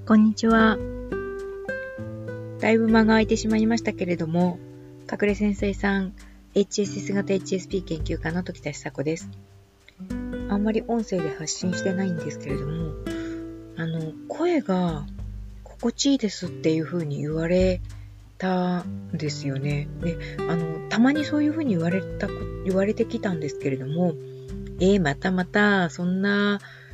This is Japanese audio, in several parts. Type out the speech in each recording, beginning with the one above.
こんにちは。だいぶ間が空いてしまいましたけれども、隠れ潜水さん、HSS 型 HSP 研究家の時田久子です。あんまり音声で発信してないんですけれども、声が心地いいですっていう風に言われたんですよね。で、たまにそういう風に言われてきたんですけれども、また、そんな、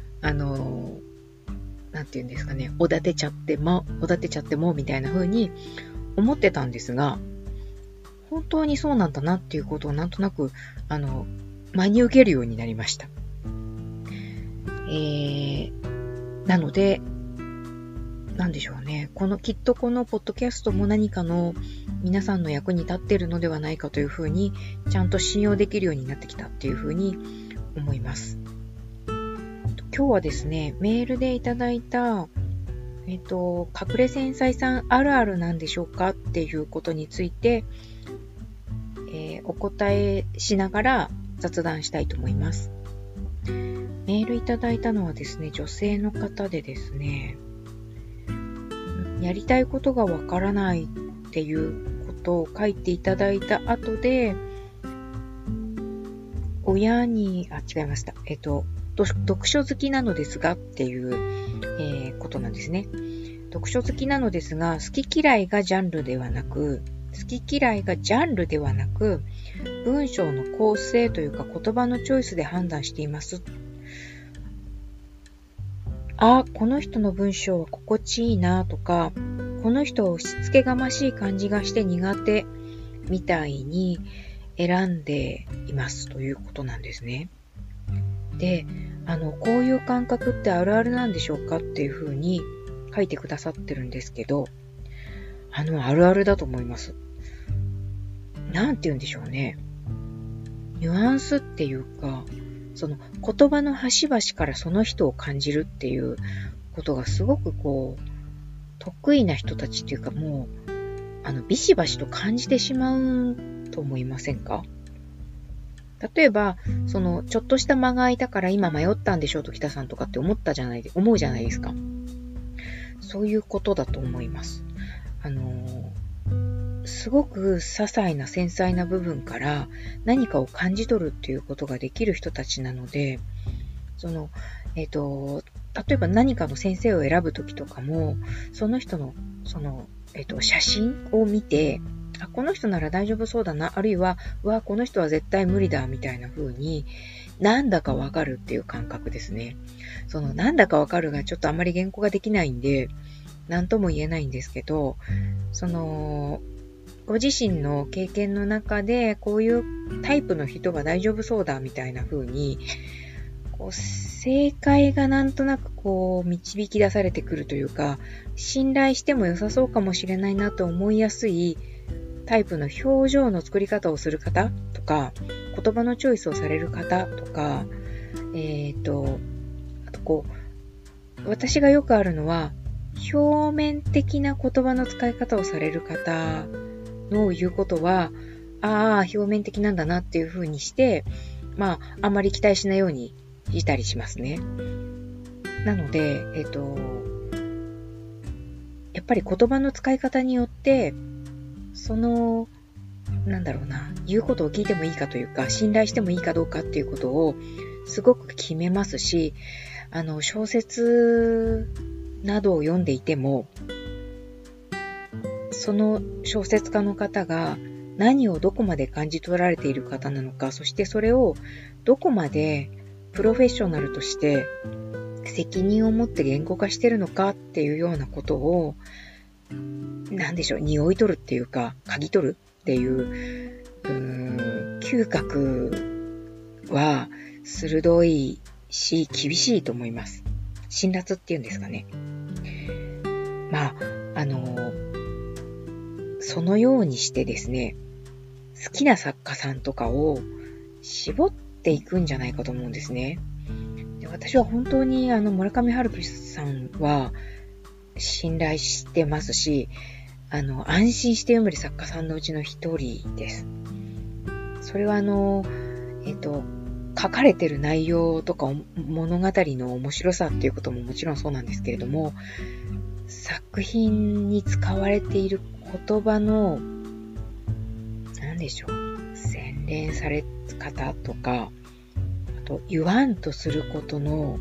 なんていうんですかね、おだてちゃっても、みたいな風に思ってたんですが、本当にそうなんだなっていうことをなんとなく、真に受けるようになりました。なので、なんでしょうね。きっとこのポッドキャストも何かの皆さんの役に立っているのではないかというふうに、ちゃんと信用できるようになってきたっていうふうに思います。今日はですね、メールでいただいた、隠れ繊細さんあるあるなんでしょうかっていうことについて、お答えしながら雑談したいと思います。メールいただいたのはですね、女性の方でですね、やりたいことがわからないっていうことを書いていただいた後で、違いました。読書好きなのですがっていう、ことなんですね。読書好きなのですが、好き嫌いがジャンルではなく、文章の構成というか言葉のチョイスで判断しています。この人の文章は心地いいなとか、この人は押し付けがましい感じがして苦手みたいに選んでいますということなんですね。で、こういう感覚ってあるあるなんでしょうかっていうふうに書いてくださってるんですけど、あるあるだと思います。なんて言うんでしょうね。ニュアンスっていうか、その言葉の端々からその人を感じるっていうことがすごく得意な人たちっていうかもう、ビシバシと感じてしまうと思いませんか？例えば、ちょっとした間が空いたから今迷ったんでしょうと北さんとかって思うじゃないですか。そういうことだと思います。すごく些細な繊細な部分から何かを感じ取るっていうことができる人たちなので、例えば何かの先生を選ぶときとかも、その人の、写真を見て、この人なら大丈夫そうだな、あるいは、この人は絶対無理だ、みたいな風に、なんだかわかるっていう感覚ですね。なんだかわかるがちょっとあまり言語ができないんで、なんとも言えないんですけど、ご自身の経験の中で、こういうタイプの人は大丈夫そうだ、みたいな風に、正解がなんとなく導き出されてくるというか、信頼しても良さそうかもしれないなと思いやすいタイプの表情の作り方をする方とか、言葉のチョイスをされる方とか、あと私がよくあるのは、表面的な言葉の使い方をされる方の言うことは、表面的なんだなっていう風にして、あんまり期待しないようにしたりしますね。なので、やっぱり言葉の使い方によって、言うことを聞いてもいいかというか、信頼してもいいかどうかっていうことをすごく決めますし、小説などを読んでいても、その小説家の方が何をどこまで感じ取られている方なのか、そしてそれをどこまでプロフェッショナルとして責任を持って言語化しているのかっていうようなことを、匂い取るっていうか、嗅ぎ取るっていう、嗅覚は鋭いし、厳しいと思います。辛辣っていうんですかね。そのようにしてですね、好きな作家さんとかを絞っていくんじゃないかと思うんですね。で、私は本当に村上春樹さんは信頼してますし、安心して読める作家さんのうちの一人です。それは書かれてる内容とか物語の面白さっていうことももちろんそうなんですけれども、 作品に使われている言葉の、なんでしょう、洗練され方とか、あと言わんとすることの、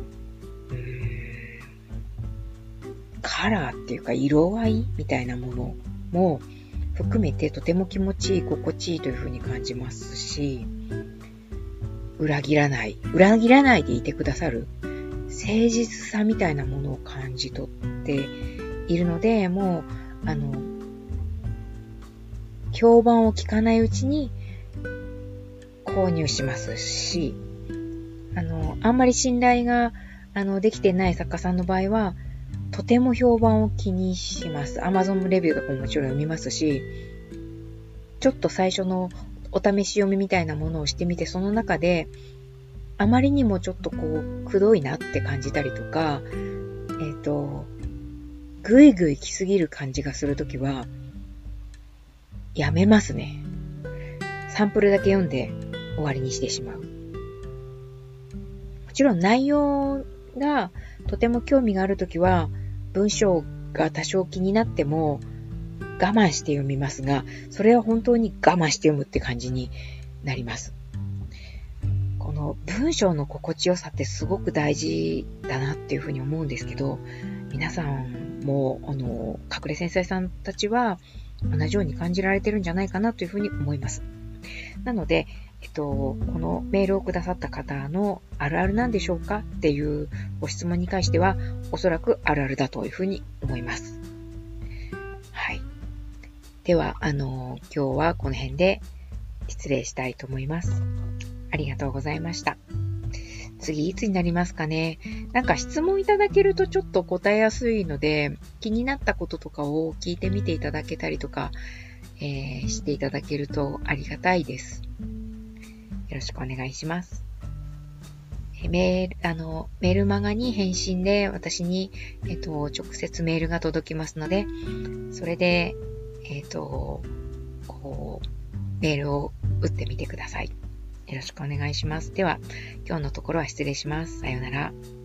カラーっていうか色合いみたいなものも含めてとても気持ちいい、心地いいというふうに感じますし、裏切らないでいてくださる誠実さみたいなものを感じ取っているので、もう評判を聞かないうちに購入しますし、あんまり信頼ができてない作家さんの場合はとても評判を気にします。 Amazon レビューとかももちろん読みますし、ちょっと最初のお試し読みみたいなものをしてみて、その中であまりにもちょっとくどいなって感じたりとか、ぐいぐい来すぎる感じがするときはやめますね。サンプルだけ読んで終わりにしてしまう。もちろん内容がとても興味があるときは文章が多少気になっても我慢して読みますが、それは本当に我慢して読むって感じになります。この文章の心地よさってすごく大事だなっていうふうに思うんですけど、皆さんも隠れ繊細さんたちは同じように感じられてるんじゃないかなというふうに思います。なので、このメールをくださった方のあるあるなんでしょうかっていうご質問に関しては、おそらくあるあるだというふうに思います。はい。では、今日はこの辺で失礼したいと思います。ありがとうございました。次いつになりますかね。なんか質問いただけるとちょっと答えやすいので、気になったこととかを聞いてみていただけたりとか、していただけるとありがたいです。よろしくお願いします。メールマガに返信で私に、直接メールが届きますので、それで、メールを打ってみてください。よろしくお願いします。では、今日のところは失礼します。さようなら。